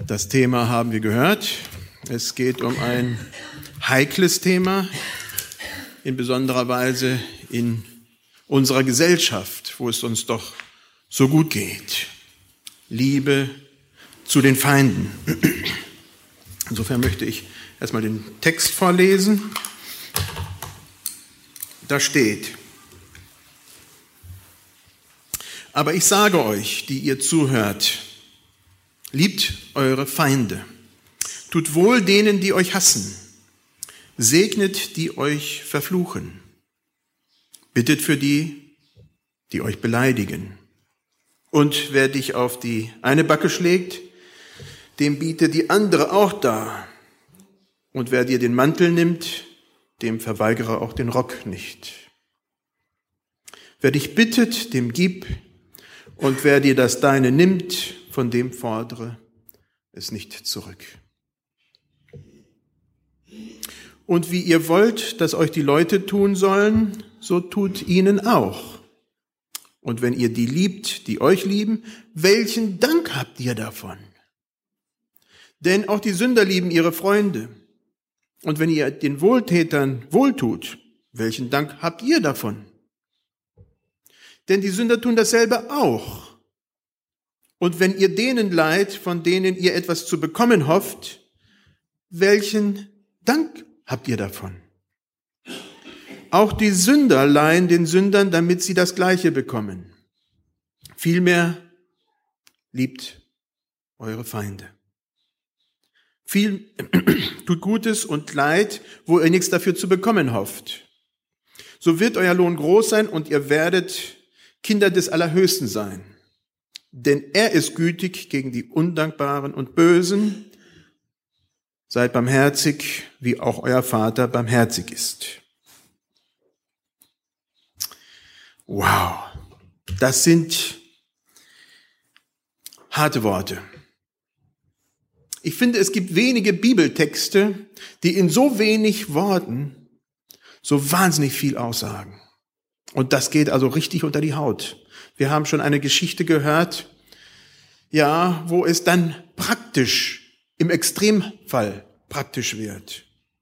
Das Thema haben wir gehört. Es geht um ein heikles Thema, in besonderer Weise in unserer Gesellschaft, wo es uns doch so gut geht. Liebe zu den Feinden. Insofern möchte ich erstmal den Text vorlesen. Da steht: Aber ich sage euch, die ihr zuhört, liebt eure Feinde, tut wohl denen, die euch hassen, segnet, die euch verfluchen, bittet für die, die euch beleidigen. Und wer dich auf die eine Backe schlägt, dem biete die andere auch dar. Und wer dir den Mantel nimmt, dem verweigere auch den Rock nicht. Wer dich bittet, dem gib, und wer dir das Deine nimmt, von dem fordere es nicht zurück. Und wie ihr wollt, dass euch die Leute tun sollen, so tut ihnen auch. Und wenn ihr die liebt, die euch lieben, welchen Dank habt ihr davon? Denn auch die Sünder lieben ihre Freunde. Und wenn ihr den Wohltätern wohltut, welchen Dank habt ihr davon? Denn die Sünder tun dasselbe auch. Und wenn ihr denen leiht, von denen ihr etwas zu bekommen hofft, welchen Dank habt ihr davon? Auch die Sünder leihen den Sündern, damit sie das Gleiche bekommen. Vielmehr liebt eure Feinde. Tut Gutes und Leid, wo ihr nichts dafür zu bekommen hofft. So wird euer Lohn groß sein und ihr werdet Kinder des Allerhöchsten sein. Denn er ist gütig gegen die Undankbaren und Bösen. Seid barmherzig, wie auch euer Vater barmherzig ist. Wow, das sind harte Worte. Ich finde, es gibt wenige Bibeltexte, die in so wenig Worten so wahnsinnig viel aussagen. Und das geht also richtig unter die Haut. Wir haben schon eine Geschichte gehört, ja, wo es dann praktisch, im Extremfall praktisch wird.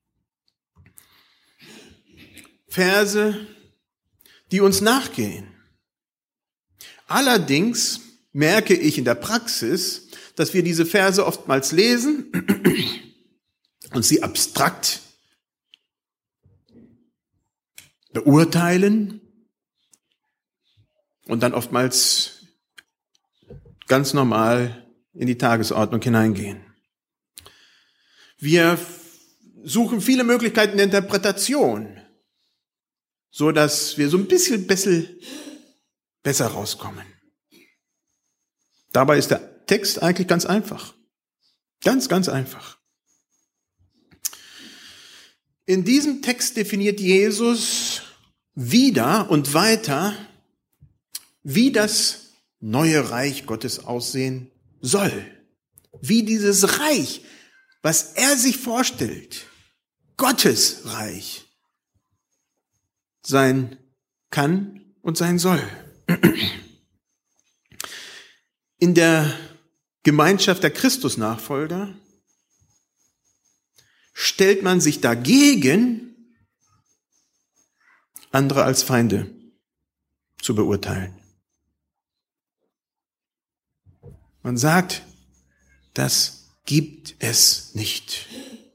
Verse, die uns nachgehen. Allerdings merke ich in der Praxis, dass wir diese Verse oftmals lesen und sie abstrakt beurteilen und dann oftmals ganz normal in die Tagesordnung hineingehen. Wir suchen viele Möglichkeiten der Interpretation, so dass wir so ein bisschen besser rauskommen. Dabei ist der Text eigentlich ganz einfach. Ganz, ganz einfach. In diesem Text definiert Jesus wieder und weiter, wie das neue Reich Gottes aussehen soll. Wie dieses Reich, was er sich vorstellt, Gottes Reich, sein kann und sein soll. In der Gemeinschaft der Christusnachfolger stellt man sich dagegen, andere als Feinde zu beurteilen. Man sagt, das gibt es nicht.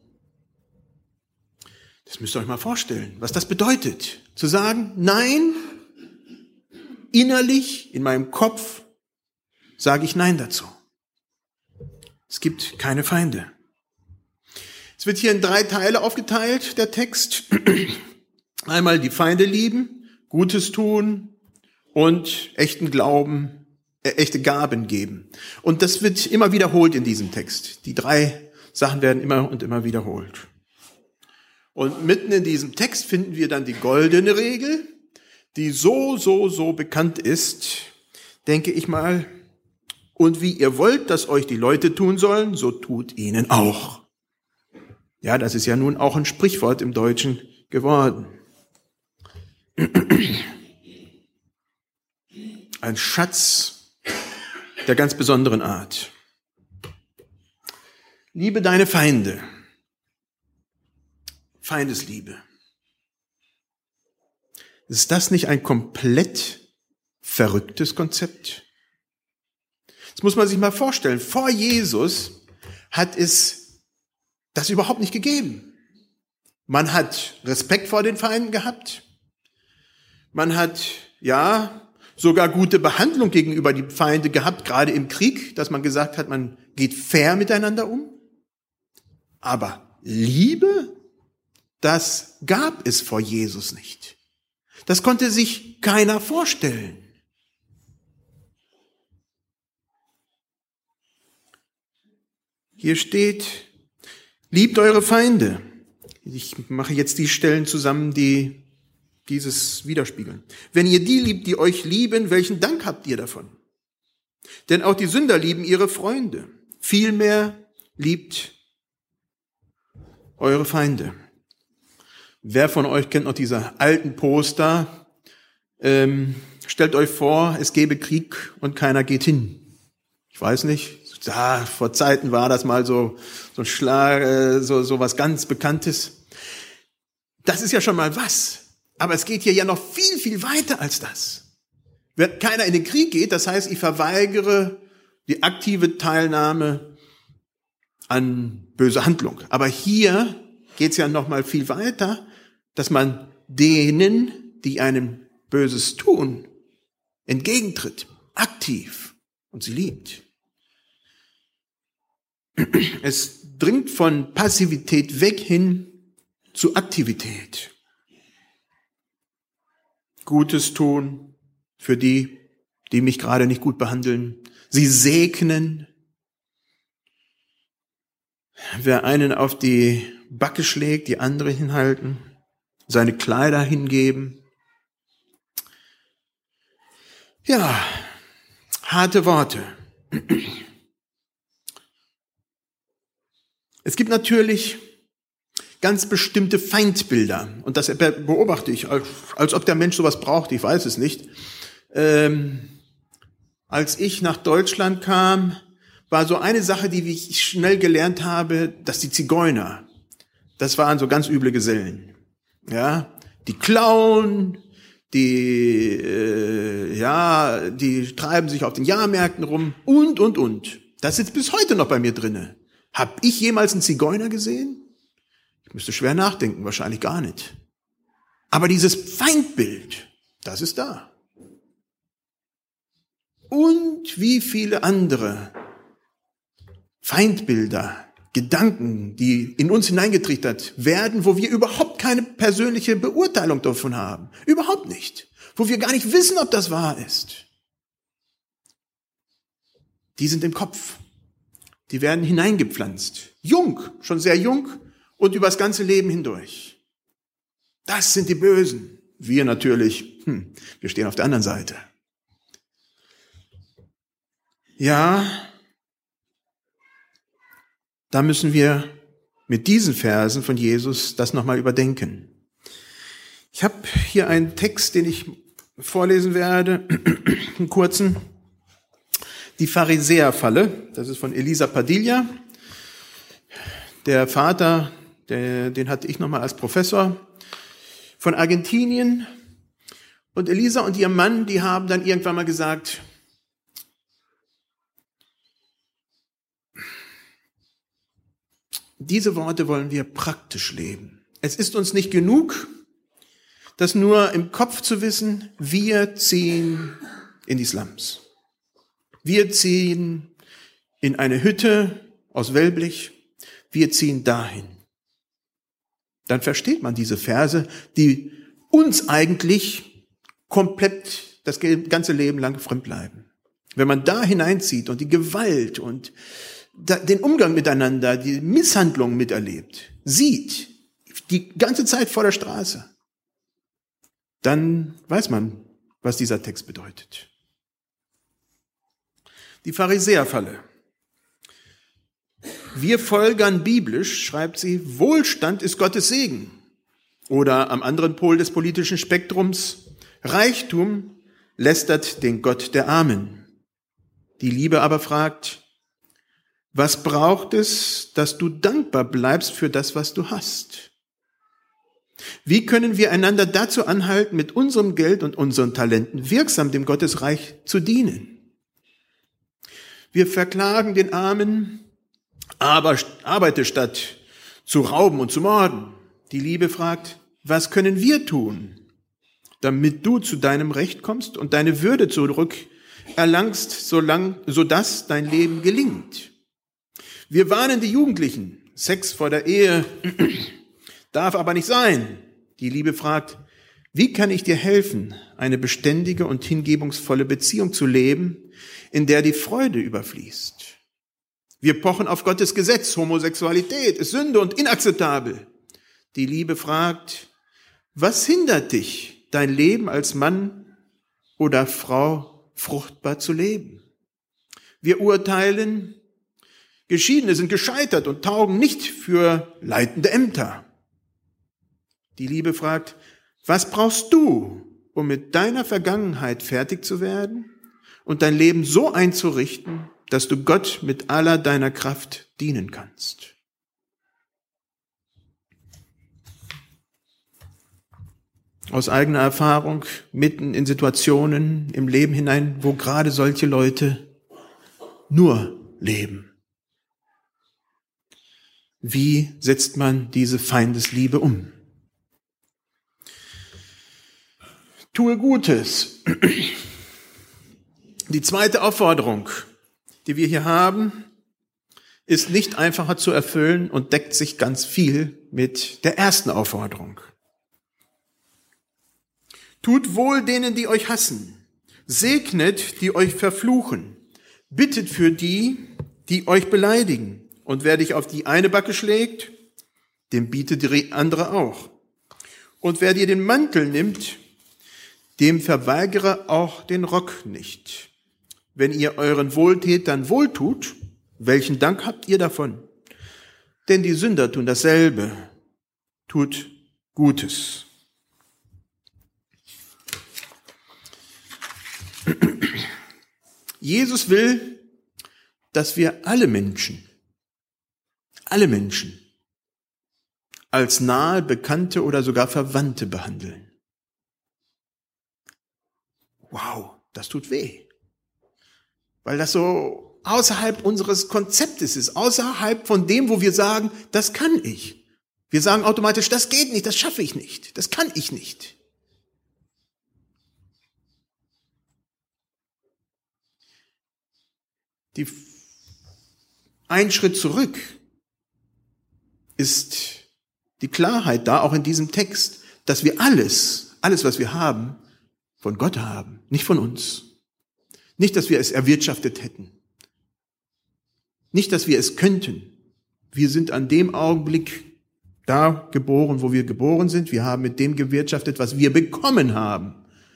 Das müsst ihr euch mal vorstellen, was das bedeutet. Zu sagen, nein, innerlich, in meinem Kopf, sage ich Nein dazu. Es gibt keine Feinde. Es wird hier in 3 Teile aufgeteilt, der Text. Einmal die Feinde lieben, Gutes tun und echten Glauben, echte Gaben geben. Und das wird immer wiederholt in diesem Text. Die 3 Sachen werden immer und immer wiederholt. Und mitten in diesem Text finden wir dann die goldene Regel, die so bekannt ist, denke ich mal. Und wie ihr wollt, dass euch die Leute tun sollen, so tut ihnen auch. Ja, das ist ja nun auch ein Sprichwort im Deutschen geworden. Ein Schatz der ganz besonderen Art. Liebe deine Feinde. Feindesliebe. Ist das nicht ein komplett verrücktes Konzept? Das muss man sich mal vorstellen. Vor Jesus hat es das überhaupt nicht gegeben. Man hat Respekt vor den Feinden gehabt. Man hat, sogar gute Behandlung gegenüber die Feinde gehabt, gerade im Krieg, dass man gesagt hat, man geht fair miteinander um. Aber Liebe, das gab es vor Jesus nicht. Das konnte sich keiner vorstellen. Hier steht, liebt eure Feinde. Ich mache jetzt die Stellen zusammen, die dieses widerspiegeln. Wenn ihr die liebt, die euch lieben, welchen Dank habt ihr davon? Denn auch die Sünder lieben ihre Freunde. Vielmehr liebt eure Feinde. Wer von euch kennt noch diese alten Poster? Stellt euch vor, es gäbe Krieg und keiner geht hin. Ich weiß nicht. Vor Zeiten war das mal so ein Schlag, so was ganz Bekanntes. Das ist ja schon mal was. Aber es geht hier ja noch viel, viel weiter als das. Wenn keiner in den Krieg geht, das heißt, ich verweigere die aktive Teilnahme an böse Handlung. Aber hier geht es ja noch mal viel weiter, dass man denen, die einem Böses tun, entgegentritt, aktiv und sie liebt. Es dringt von Passivität weg hin zu Aktivität. Gutes tun für die, die mich gerade nicht gut behandeln. Sie segnen. Wer einen auf die Backe schlägt, die andere hinhalten. Seine Kleider hingeben. Ja, harte Worte. Es gibt natürlich ganz bestimmte Feindbilder. Und das beobachte ich, als ob der Mensch sowas braucht, ich weiß es nicht. Als ich nach Deutschland kam, war so eine Sache, die ich schnell gelernt habe, dass die Zigeuner, das waren so ganz üble Gesellen. Ja, die klauen, die treiben sich auf den Jahrmärkten rum und. Das sitzt bis heute noch bei mir drinne. Hab ich jemals einen Zigeuner gesehen? Ich müsste schwer nachdenken, wahrscheinlich gar nicht. Aber dieses Feindbild, das ist da. Und wie viele andere Feindbilder, Gedanken, die in uns hineingetrichtert werden, wo wir überhaupt keine persönliche Beurteilung davon haben. Überhaupt nicht. Wo wir gar nicht wissen, ob das wahr ist. Die sind im Kopf. Die werden hineingepflanzt. Jung, schon sehr jung und übers ganze Leben hindurch. Das sind die Bösen. Wir natürlich, wir stehen auf der anderen Seite. Ja, da müssen wir mit diesen Versen von Jesus das nochmal überdenken. Ich habe hier einen Text, den ich vorlesen werde, einen kurzen. Die Pharisäerfalle, das ist von Elisa Padilla. Der Vater, den hatte ich nochmal als Professor von Argentinien. Und Elisa und ihr Mann, die haben dann irgendwann mal gesagt, diese Worte wollen wir praktisch leben. Es ist uns nicht genug, das nur im Kopf zu wissen, wir ziehen in die Slums. Wir ziehen in eine Hütte aus Wellblech. Wir ziehen dahin. Dann versteht man diese Verse, die uns eigentlich komplett das ganze Leben lang fremd bleiben. Wenn man da hineinzieht und die Gewalt und den Umgang miteinander, die Misshandlung miterlebt, sieht, die ganze Zeit vor der Straße, dann weiß man, was dieser Text bedeutet. Die Pharisäerfalle. Wir folgern biblisch, schreibt sie, Wohlstand ist Gottes Segen. Oder am anderen Pol des politischen Spektrums, Reichtum lästert den Gott der Armen. Die Liebe aber fragt, Was braucht es, dass du dankbar bleibst für das, was du hast? Wie können wir einander dazu anhalten, mit unserem Geld und unseren Talenten wirksam dem Gottesreich zu dienen? Wir verklagen den Armen, aber arbeite statt zu rauben und zu morden. Die Liebe fragt, was können wir tun, damit du zu deinem Recht kommst und deine Würde zurück erlangst, sodass dein Leben gelingt? Wir warnen die Jugendlichen, Sex vor der Ehe darf aber nicht sein. Die Liebe fragt, wie kann ich dir helfen, eine beständige und hingebungsvolle Beziehung zu leben, in der die Freude überfließt? Wir pochen auf Gottes Gesetz, Homosexualität ist Sünde und inakzeptabel. Die Liebe fragt, was hindert dich, dein Leben als Mann oder Frau fruchtbar zu leben? Wir urteilen, Geschiedene sind gescheitert und taugen nicht für leitende Ämter. Die Liebe fragt, was brauchst du, um mit deiner Vergangenheit fertig zu werden und dein Leben so einzurichten, dass du Gott mit aller deiner Kraft dienen kannst? Aus eigener Erfahrung, mitten in Situationen im Leben hinein, wo gerade solche Leute nur leben. Wie setzt man diese Feindesliebe um? Tue Gutes. Die zweite Aufforderung, die wir hier haben, ist nicht einfacher zu erfüllen und deckt sich ganz viel mit der ersten Aufforderung. Tut wohl denen, die euch hassen. Segnet, die euch verfluchen. Bittet für die, die euch beleidigen. Und wer dich auf die eine Backe schlägt, dem bietet die andere auch. Und wer dir den Mantel nimmt, dem verweigere auch den Rock nicht. Wenn ihr euren Wohltätern wohltut, welchen Dank habt ihr davon? Denn die Sünder tun dasselbe. Tut Gutes. Jesus will, dass wir alle Menschen als nahe Bekannte oder sogar Verwandte behandeln. Wow, das tut weh. Weil das so außerhalb unseres Konzeptes ist, außerhalb von dem, wo wir sagen, das kann ich. Wir sagen automatisch, das geht nicht, das schaffe ich nicht, das kann ich nicht. Ein Schritt zurück ist die Klarheit da, auch in diesem Text, dass wir alles, was wir haben, von Gott haben, nicht von uns. Nicht, dass wir es erwirtschaftet hätten. Nicht, dass wir es könnten. Wir sind an dem Augenblick da geboren, wo wir geboren sind. Wir haben mit dem gewirtschaftet, was wir bekommen haben.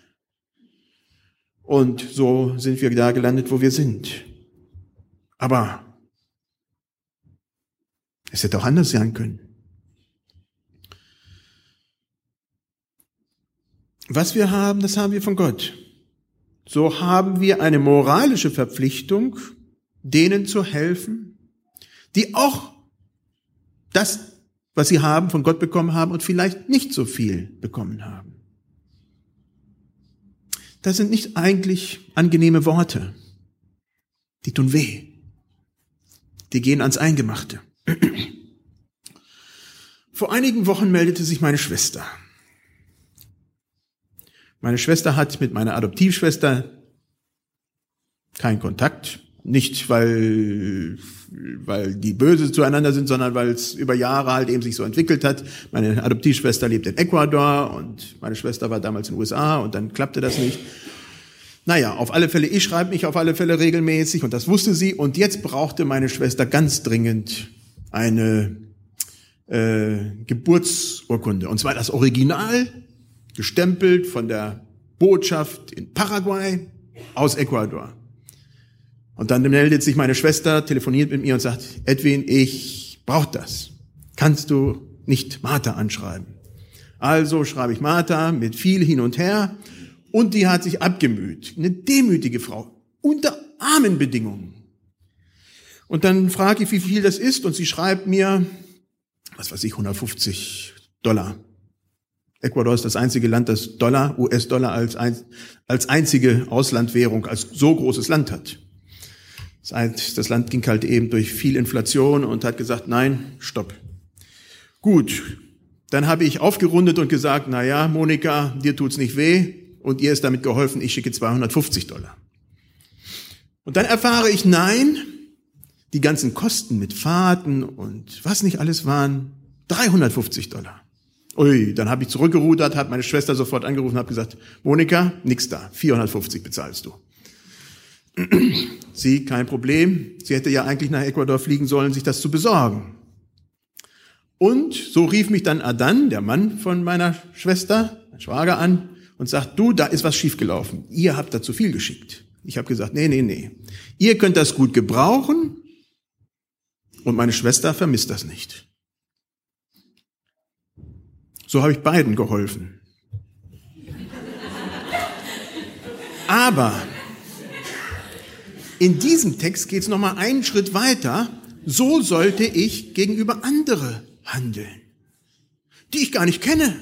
Und so sind wir da gelandet, wo wir sind. Aber es hätte auch anders sein können. Was wir haben, das haben wir von Gott. So haben wir eine moralische Verpflichtung, denen zu helfen, die auch das, was sie haben, von Gott bekommen haben und vielleicht nicht so viel bekommen haben. Das sind nicht eigentlich angenehme Worte. Die tun weh. Die gehen ans Eingemachte. Vor einigen Wochen meldete sich meine Schwester. Meine Schwester hat mit meiner Adoptivschwester keinen Kontakt. Nicht, weil die böse zueinander sind, sondern weil es über Jahre halt eben sich so entwickelt hat. Meine Adoptivschwester lebt in Ecuador und meine Schwester war damals in den USA und dann klappte das nicht. Naja, auf alle Fälle, ich schreibe mich auf alle Fälle regelmäßig und das wusste sie. Und jetzt brauchte meine Schwester ganz dringend eine Geburtsurkunde. Und zwar das Original, gestempelt von der Botschaft in Paraguay aus Ecuador. Und dann meldet sich meine Schwester, telefoniert mit mir und sagt, Edwin, ich brauche das. Kannst du nicht Martha anschreiben? Also schreibe ich Martha mit viel hin und her und die hat sich abgemüht. Eine demütige Frau, unter armen Bedingungen. Und dann frage ich, wie viel das ist, und sie schreibt mir, was weiß ich, $150. Ecuador ist das einzige Land, das US-Dollar als einzige Auslandwährung, als so großes Land hat. Das Land ging halt eben durch viel Inflation und hat gesagt, nein, stopp. Gut, dann habe ich aufgerundet und gesagt, na ja, Monika, dir tut's nicht weh und ihr ist damit geholfen, ich schicke $250. Und dann erfahre ich, nein, die ganzen Kosten mit Fahrten und was nicht alles waren, $350. Ui, dann habe ich zurückgerudert, hat meine Schwester sofort angerufen und habe gesagt, Monika, nix da, 450 bezahlst du. Sie, kein Problem, sie hätte ja eigentlich nach Ecuador fliegen sollen, sich das zu besorgen. Und so rief mich dann Adan, der Mann von meiner Schwester, mein Schwager, an und sagt, du, da ist was schiefgelaufen, ihr habt da zu viel geschickt. Ich habe gesagt, nee, ihr könnt das gut gebrauchen und meine Schwester vermisst das nicht. So habe ich beiden geholfen. Aber in diesem Text geht es nochmal einen Schritt weiter. So sollte ich gegenüber andere handeln, die ich gar nicht kenne.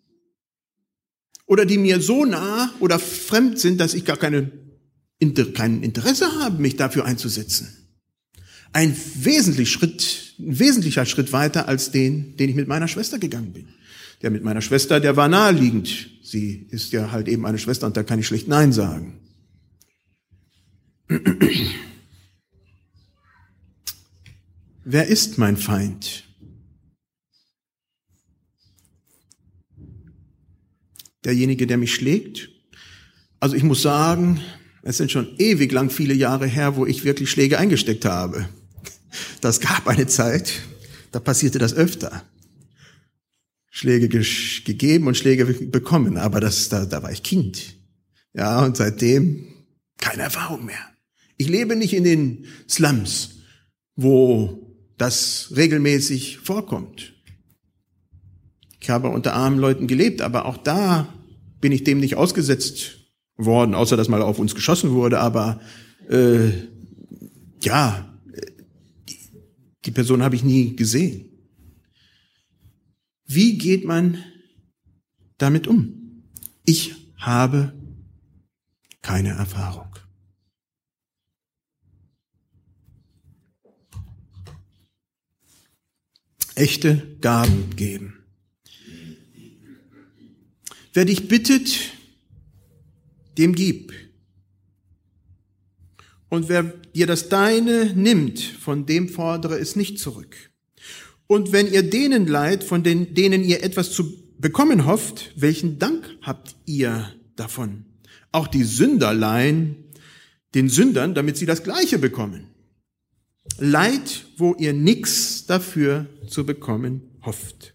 Oder die mir so nah oder fremd sind, dass ich gar kein Interesse habe, mich dafür einzusetzen. Ein wesentlicher Schritt weiter als den ich mit meiner Schwester gegangen bin. Der mit meiner Schwester, der war naheliegend. Sie ist ja halt eben eine Schwester und da kann ich schlecht Nein sagen. Wer ist mein Feind? Derjenige, der mich schlägt? Also ich muss sagen, es sind schon ewig lang viele Jahre her, wo ich wirklich Schläge eingesteckt habe. Das gab eine Zeit, da passierte das öfter. Schläge gegeben und Schläge bekommen, aber da war ich Kind. Ja, und seitdem keine Erfahrung mehr. Ich lebe nicht in den Slums, wo das regelmäßig vorkommt. Ich habe unter armen Leuten gelebt, aber auch da bin ich dem nicht ausgesetzt worden, außer dass mal auf uns geschossen wurde, aber die Person habe ich nie gesehen. Wie geht man damit um? Ich habe keine Erfahrung. Echte Gaben geben. Wer dich bittet, dem gib. Und wer dir das Deine nimmt, von dem fordere es nicht zurück. Und wenn ihr denen leiht, von denen ihr etwas zu bekommen hofft, welchen Dank habt ihr davon? Auch die Sünder leihen den Sündern, damit sie das Gleiche bekommen. Leiht, wo ihr nichts dafür zu bekommen hofft.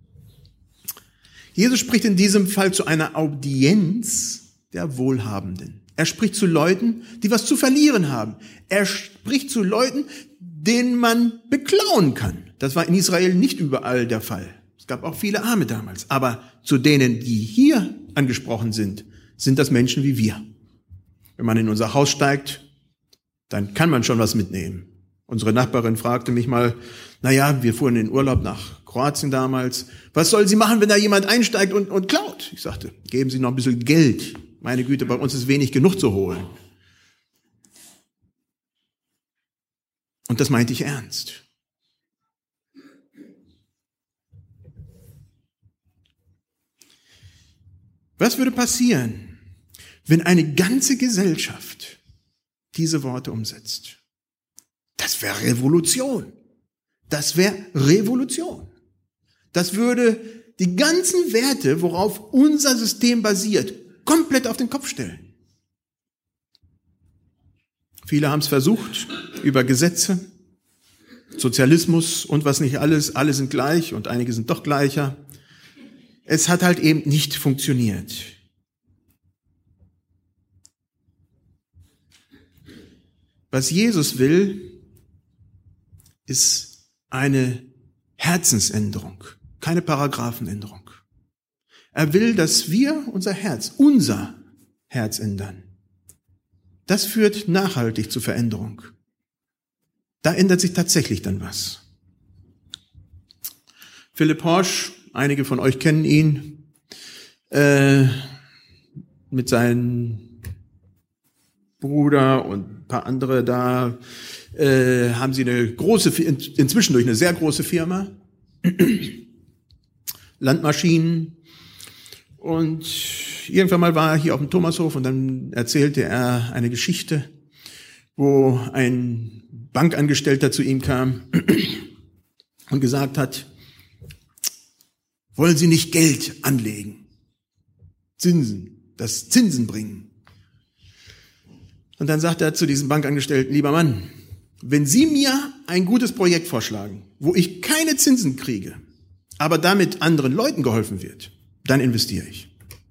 Jesus spricht in diesem Fall zu einer Audienz der Wohlhabenden. Er spricht zu Leuten, die was zu verlieren haben. Er spricht zu Leuten, denen man beklauen kann. Das war in Israel nicht überall der Fall. Es gab auch viele Arme damals. Aber zu denen, die hier angesprochen sind das Menschen wie wir. Wenn man in unser Haus steigt, dann kann man schon was mitnehmen. Unsere Nachbarin fragte mich mal, wir fuhren in Urlaub nach Kroatien damals. Was soll sie machen, wenn da jemand einsteigt und klaut? Ich sagte, geben Sie noch ein bisschen Geld. Meine Güte, bei uns ist wenig genug zu holen. Und das meinte ich ernst. Was würde passieren, wenn eine ganze Gesellschaft diese Worte umsetzt? Das wäre Revolution. Das wäre Revolution. Das würde die ganzen Werte, worauf unser System basiert, komplett auf den Kopf stellen. Viele haben es versucht, über Gesetze, Sozialismus und was nicht alles, alle sind gleich und einige sind doch gleicher. Es hat halt eben nicht funktioniert. Was Jesus will, ist eine Herzensänderung, keine Paragraphenänderung. Er will, dass wir unser Herz ändern. Das führt nachhaltig zur Veränderung. Da ändert sich tatsächlich dann was. Philipp Horsch, einige von euch kennen ihn, mit seinem Bruder und ein paar andere da, haben sie eine große, inzwischen durch eine sehr große Firma, Landmaschinen. Und irgendwann mal war er hier auf dem Thomashof und dann erzählte er eine Geschichte, wo ein Bankangestellter zu ihm kam und gesagt hat, wollen Sie nicht Geld anlegen? Zinsen, das Zinsen bringen. Und dann sagt er zu diesem Bankangestellten, lieber Mann, wenn Sie mir ein gutes Projekt vorschlagen, wo ich keine Zinsen kriege, aber damit anderen Leuten geholfen wird, dann investiere ich.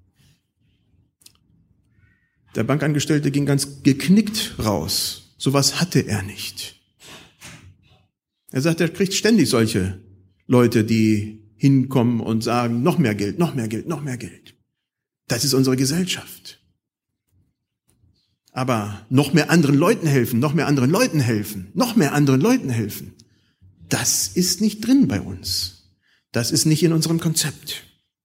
Der Bankangestellte ging ganz geknickt raus. Sowas hatte er nicht. Er sagt, er kriegt ständig solche Leute, die hinkommen und sagen, noch mehr Geld, noch mehr Geld, noch mehr Geld. Das ist unsere Gesellschaft. Aber noch mehr anderen Leuten helfen, noch mehr anderen Leuten helfen, noch mehr anderen Leuten helfen, das ist nicht drin bei uns. Das ist nicht in unserem Konzept.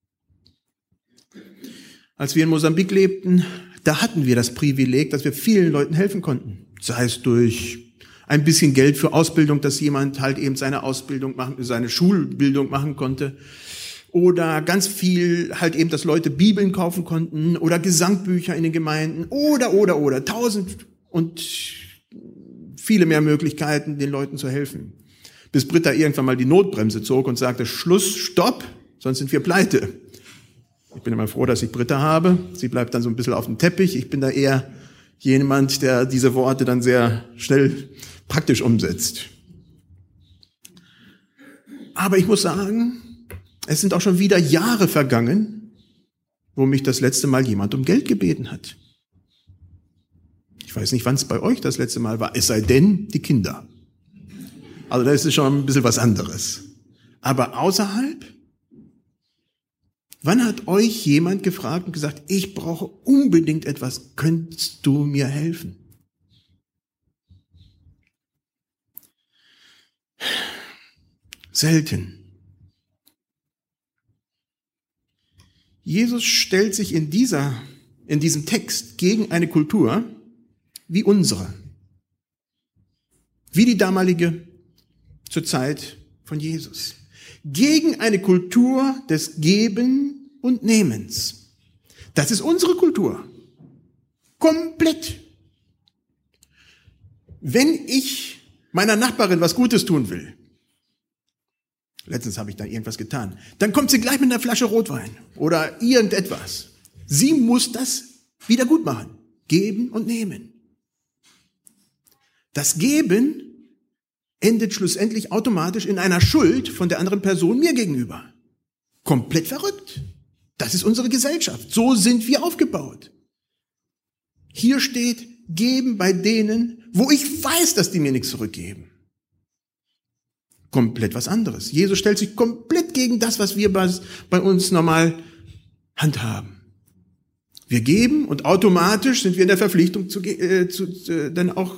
Als wir in Mosambik lebten, da hatten wir das Privileg, dass wir vielen Leuten helfen konnten. Sei es durch ein bisschen Geld für Ausbildung, dass jemand halt eben seine Ausbildung machen, seine Schulbildung machen konnte. Oder ganz viel halt eben, dass Leute Bibeln kaufen konnten oder Gesangbücher in den Gemeinden oder 1000 und viele mehr Möglichkeiten, den Leuten zu helfen. Bis Britta irgendwann mal die Notbremse zog und sagte, Schluss, Stopp, sonst sind wir pleite. Ich bin immer froh, dass ich Britta habe. Sie bleibt dann so ein bisschen auf dem Teppich. Ich bin da eher jemand, der diese Worte dann sehr schnell praktisch umsetzt. Aber ich muss sagen, es sind auch schon wieder Jahre vergangen, wo mich das letzte Mal jemand um Geld gebeten hat. Ich weiß nicht, wann es bei euch das letzte Mal war, es sei denn, die Kinder. Also da ist es schon ein bisschen was anderes. Aber außerhalb, wann hat euch jemand gefragt und gesagt, ich brauche unbedingt etwas, könntest du mir helfen? Selten. Jesus stellt sich in diesem Text gegen eine Kultur wie unsere, wie die damalige zur Zeit von Jesus, gegen eine Kultur des Geben und Nehmens. Das ist unsere Kultur. Komplett. Wenn ich meiner Nachbarin was Gutes tun will, letztens habe ich da irgendwas getan, dann kommt sie gleich mit einer Flasche Rotwein oder irgendetwas. Sie muss das wieder gut machen. Geben und nehmen. Das Geben endet schlussendlich automatisch in einer Schuld von der anderen Person mir gegenüber. Komplett verrückt. Das ist unsere Gesellschaft. So sind wir aufgebaut. Hier steht, geben bei denen, wo ich weiß, dass die mir nichts zurückgeben. Komplett was anderes. Jesus stellt sich komplett gegen das, was wir bei uns normal handhaben. Wir geben und automatisch sind wir in der Verpflichtung dann auch,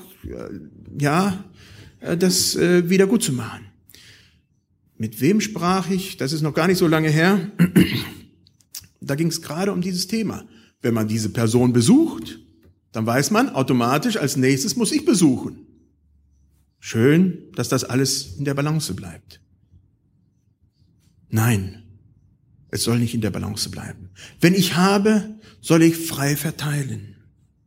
das wieder gut zu machen. Mit wem sprach ich? Das ist noch gar nicht so lange her. Da ging es gerade um dieses Thema. Wenn man diese Person besucht, dann weiß man automatisch, als nächstes muss ich besuchen. Schön, dass das alles in der Balance bleibt. Nein, es soll nicht in der Balance bleiben. Wenn ich habe, soll ich frei verteilen.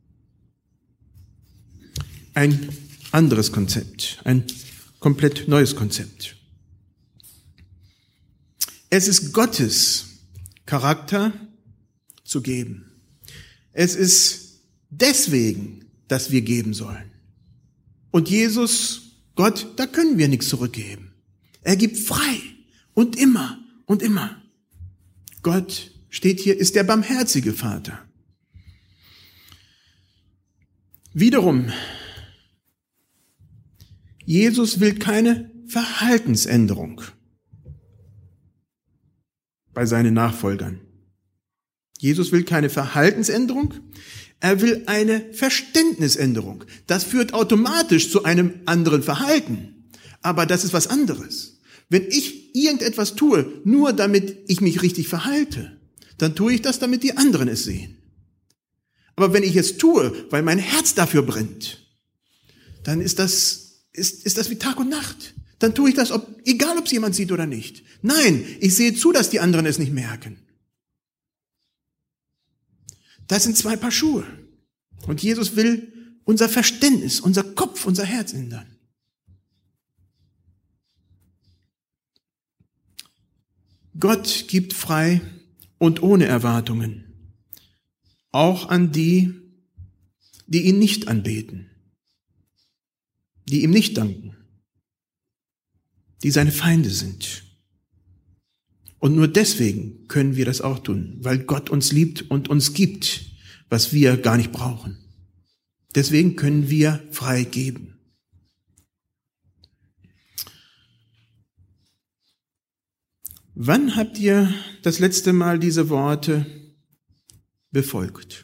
Ein anderes Konzept, ein komplett neues Konzept. Es ist Gottes Charakter zu geben. Es ist deswegen, dass wir geben sollen. Und Jesus, Gott, da können wir nichts zurückgeben. Er gibt frei und immer und immer. Gott, steht hier, ist der barmherzige Vater. Wiederum, Jesus will keine Verhaltensänderung bei seinen Nachfolgern. Jesus will keine Verhaltensänderung. Er will eine Verständnisänderung. Das führt automatisch zu einem anderen Verhalten. Aber das ist was anderes. Wenn ich irgendetwas tue, nur damit ich mich richtig verhalte, dann tue ich das, damit die anderen es sehen. Aber wenn ich es tue, weil mein Herz dafür brennt, dann ist das wie Tag und Nacht. Dann tue ich das, egal ob es jemand sieht oder nicht. Nein, ich sehe zu, dass die anderen es nicht merken. Das sind zwei Paar Schuhe. Und Jesus will unser Verständnis, unser Kopf, unser Herz ändern. Gott gibt frei und ohne Erwartungen. Auch an die, die ihn nicht anbeten, die ihm nicht danken, die seine Feinde sind. Und nur deswegen können wir das auch tun, weil Gott uns liebt und uns gibt, was wir gar nicht brauchen. Deswegen können wir frei geben. Wann habt ihr das letzte Mal diese Worte befolgt?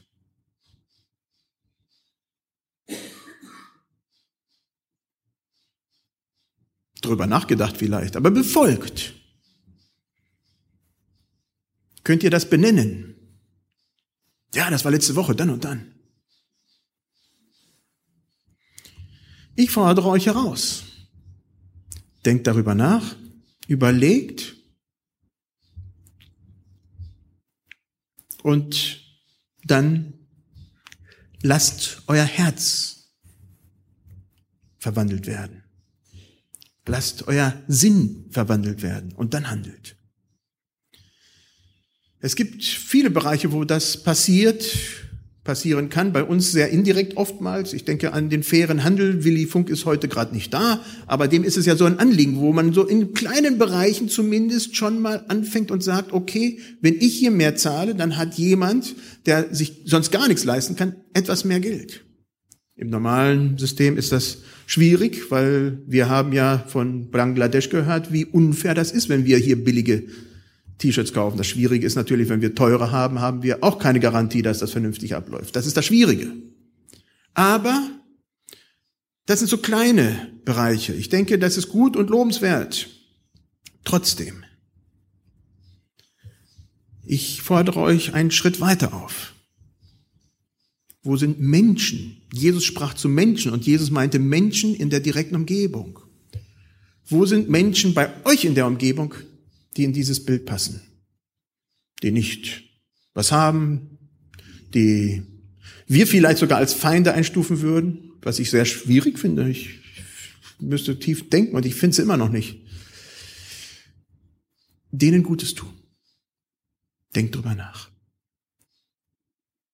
Drüber nachgedacht vielleicht, aber befolgt. Könnt ihr das benennen? Ja, das war letzte Woche, dann und dann. Ich fordere euch heraus. Denkt darüber nach, überlegt und dann lasst euer Herz verwandelt werden. Lasst euer Sinn verwandelt werden und dann handelt. Es gibt viele Bereiche, wo das passieren kann. Bei uns sehr indirekt oftmals. Ich denke an den fairen Handel. Willi Funk ist heute gerade nicht da, aber dem ist es ja so ein Anliegen, wo man so in kleinen Bereichen zumindest schon mal anfängt und sagt, okay, wenn ich hier mehr zahle, dann hat jemand, der sich sonst gar nichts leisten kann, etwas mehr Geld. Im normalen System ist das schwierig, weil wir haben ja von Bangladesch gehört, wie unfair das ist, wenn wir hier billige T-Shirts kaufen. Das Schwierige ist natürlich, wenn wir teure haben, haben wir auch keine Garantie, dass das vernünftig abläuft. Das ist das Schwierige. Aber das sind so kleine Bereiche. Ich denke, das ist gut und lobenswert. Trotzdem, ich fordere euch einen Schritt weiter auf. Wo sind Menschen? Jesus sprach zu Menschen und Jesus meinte Menschen in der direkten Umgebung. Wo sind Menschen bei euch in der Umgebung, die in dieses Bild passen, die nicht was haben, die wir vielleicht sogar als Feinde einstufen würden, was ich sehr schwierig finde. Ich müsste tief denken und ich finde es immer noch nicht. Denen Gutes tun. Denkt drüber nach.